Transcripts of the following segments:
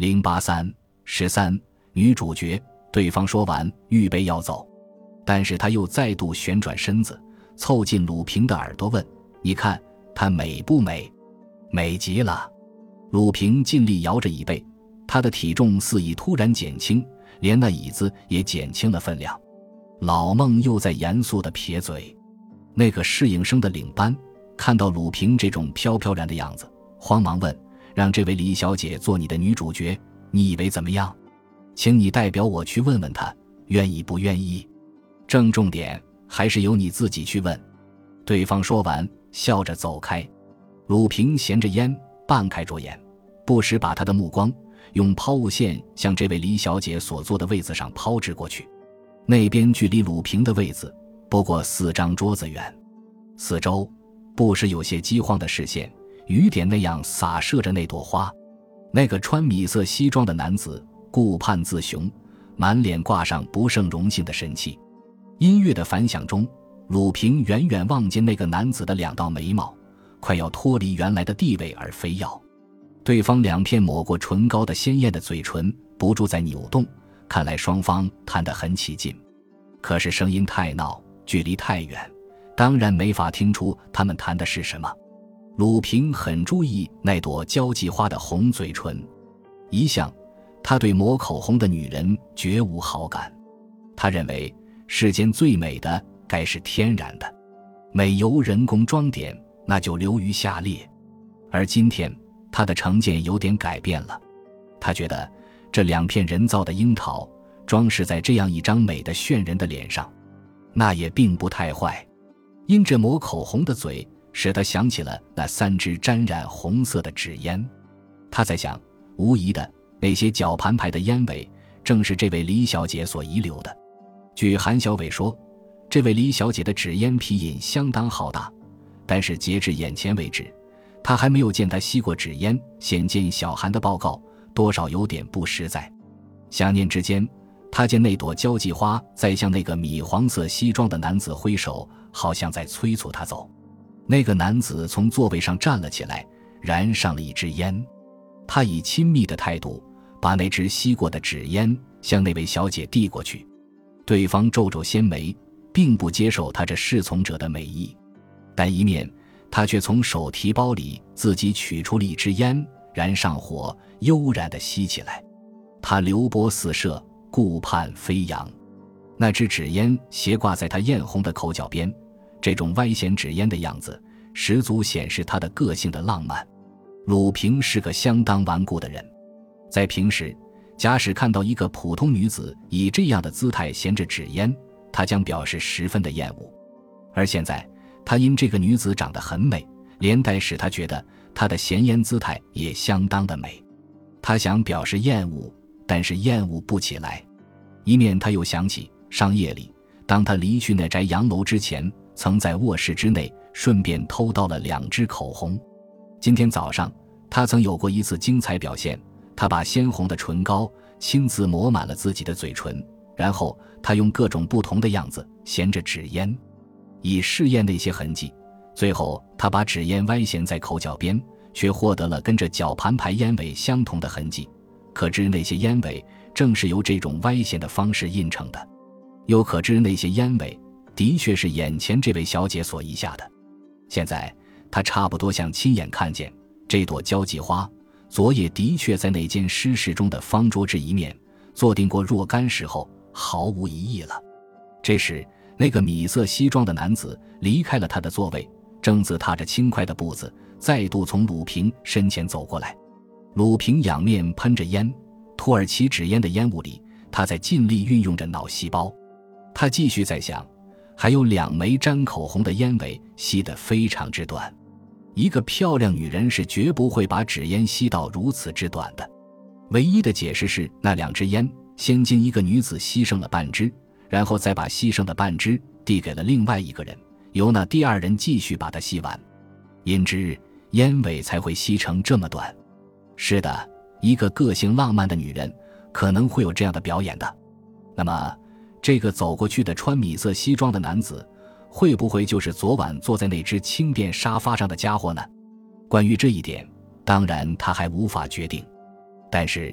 08313女主角。对方说完预备要走，但是他又再度旋转身子，凑近鲁平的耳朵问：你看她美不美？美极了。鲁平尽力摇着椅背，他的体重似已突然减轻，连那椅子也减轻了分量。老孟又在严肃地撇嘴。那个侍应生的领班看到鲁平这种飘飘然的样子，慌忙问：让这位李小姐做你的女主角，你以为怎么样？请你代表我去问问她，愿意不愿意？正重点还是由你自己去问。对方说完笑着走开。鲁平衔着烟半开着眼，不时把他的目光用抛物线向这位李小姐所坐的位子上抛掷过去。那边距离鲁平的位子不过4张桌子远，四周不时有些饥荒的视线雨点那样洒射着那朵花。那个穿米色西装的男子顾盼自雄，满脸挂上不胜荣幸的神气。音乐的反响中，鲁平远远望见那个男子的2道眉毛快要脱离原来的地位而飞跃，对方2片抹过唇膏的鲜艳的嘴唇不住在扭动，看来双方谈得很起劲。可是声音太闹，距离太远，当然没法听出他们谈的是什么。鲁平很注意那朵交际花的红嘴唇，一向他对抹口红的女人绝无好感，他认为世间最美的该是天然的，美由人工装点那就流于下劣。而今天他的成见有点改变了，他觉得这2片人造的樱桃装饰在这样一张美的炫人的脸上，那也并不太坏。因着抹口红的嘴使他想起了那3支沾染红色的纸烟，他在想，无疑的那些绞盘牌的烟尾正是这位李小姐所遗留的。据韩小伟说，这位李小姐的纸烟皮瘾相当浩大，但是截至眼前为止，他还没有见她吸过纸烟，显见小韩的报告多少有点不实在。想念之间，他见那朵交际花在向那个米黄色西装的男子挥手，好像在催促他走。那个男子从座位上站了起来，燃上了一支烟，他以亲密的态度把那支吸过的纸烟向那位小姐递过去。对方皱皱纤眉，并不接受他这侍从者的美意，但一面他却从手提包里自己取出了一支烟，燃上火，悠然地吸起来。他流波四射，顾盼飞扬。那支纸烟斜挂在他艳红的口角边，这种歪弦纸烟的样子十足显示他的个性的浪漫。鲁平是个相当顽固的人，在平时假使看到一个普通女子以这样的姿态衔着纸烟，他将表示十分的厌恶。而现在他因这个女子长得很美，连带使他觉得她的闲烟姿态也相当的美。他想表示厌恶，但是厌恶不起来。一面他又想起上夜里，当他离去那宅洋楼之前，曾在卧室之内顺便偷到了2支口红。今天早上他曾有过一次精彩表现，他把鲜红的唇膏亲自抹满了自己的嘴唇，然后他用各种不同的样子衔着纸烟，以试验那些痕迹。最后他把纸烟歪衔在口角边，却获得了跟着绞盘牌烟尾相同的痕迹，可知那些烟尾正是由这种歪弦的方式印成的，又可知那些烟尾的确是眼前这位小姐所遗下的。现在他差不多像亲眼看见这朵交际花昨夜的确在那间诗室中的方桌之一面坐定过若干时候，毫无疑义了。这时那个米色西装的男子离开了他的座位，正自踏着轻快的步子再度从鲁平身前走过来。鲁平仰面喷着烟，土耳其纸烟的烟雾里，他在尽力运用着脑细胞。他继续在想，还有2枚沾口红的烟尾吸得非常之短，一个漂亮女人是绝不会把纸烟吸到如此之短的。唯一的解释是那2支烟先经一个女子吸剩了半支，然后再把吸剩的半支递给了另外一个人，由那第2人继续把它吸完，因之烟尾才会吸成这么短。是的，一个个性浪漫的女人可能会有这样的表演的。那么这个走过去的穿米色西装的男子会不会就是昨晚坐在那只轻便沙发上的家伙呢？关于这一点，当然他还无法决定，但是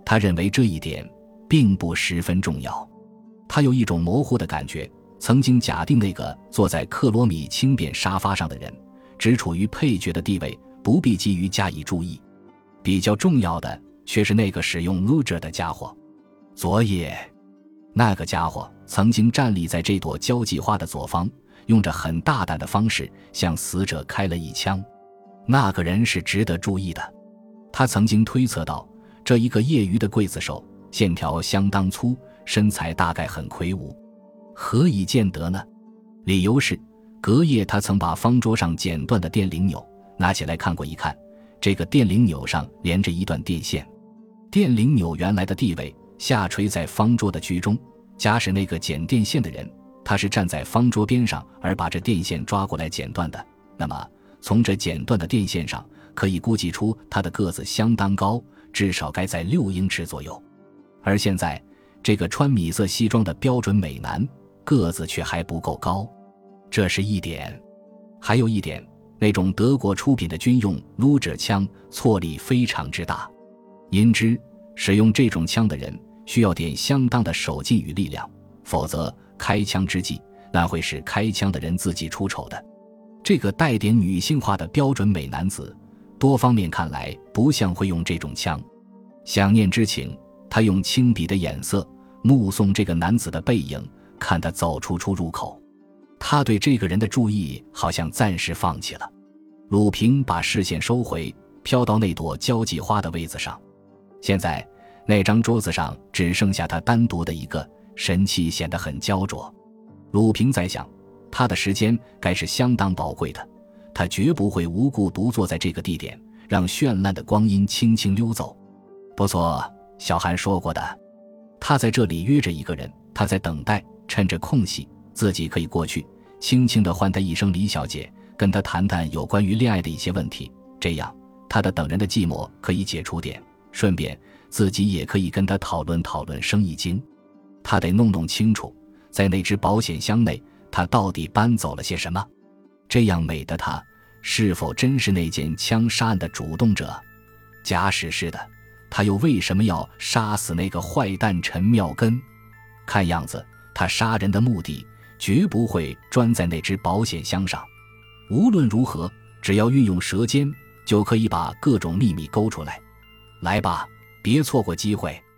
他认为这一点并不十分重要。他有一种模糊的感觉，曾经假定那个坐在克罗米轻便沙发上的人只处于配角的地位，不必急于加以注意。比较重要的却是那个使用 Luger 的家伙，佐野。那个家伙曾经站立在这朵交际花的左方，用着很大胆的方式向死者开了一枪。那个人是值得注意的。他曾经推测到，这一个业余的刽子手线条相当粗，身材大概很魁梧。何以见得呢？理由是隔夜他曾把方桌上剪断的电铃钮拿起来看过一看，这个电铃钮上连着一段电线。电铃钮原来的地位下垂在方桌的居中，假使那个剪电线的人他是站在方桌边上而把这电线抓过来剪断的，那么从这剪断的电线上可以估计出他的个子相当高，至少该在6英尺左右。而现在这个穿米色西装的标准美男个子却还不够高，这是一点。还有一点，那种德国出品的军用 Luger 枪挫力非常之大，因之使用这种枪的人需要点相当的手劲与力量，否则开枪之际那会使开枪的人自己出丑的。这个带点女性化的标准美男子多方面看来不像会用这种枪。想念之情，他用轻笔的眼色目送这个男子的背影，看他走出出入口。他对这个人的注意好像暂时放弃了。鲁平把视线收回，飘到那朵交际花的位子上。现在那张桌子上只剩下他单独的一个，神气显得很焦灼。鲁平在想，他的时间该是相当宝贵的，他绝不会无故独坐在这个地点，让绚烂的光阴轻轻溜走。不错，小韩说过的，他在这里约着一个人，他在等待，趁着空隙自己可以过去轻轻地唤他一声李小姐，跟他谈谈有关于恋爱的一些问题，这样他的等人的寂寞可以解除点，顺便自己也可以跟他讨论讨论生意经。他得弄清楚在那只保险箱内他到底搬走了些什么，这样美的他是否真是那件枪杀案的主动者？假使是的，他又为什么要杀死那个坏蛋陈妙根？看样子他杀人的目的绝不会专在那只保险箱上。无论如何，只要运用舌尖就可以把各种秘密勾出来。来吧，别错过机会。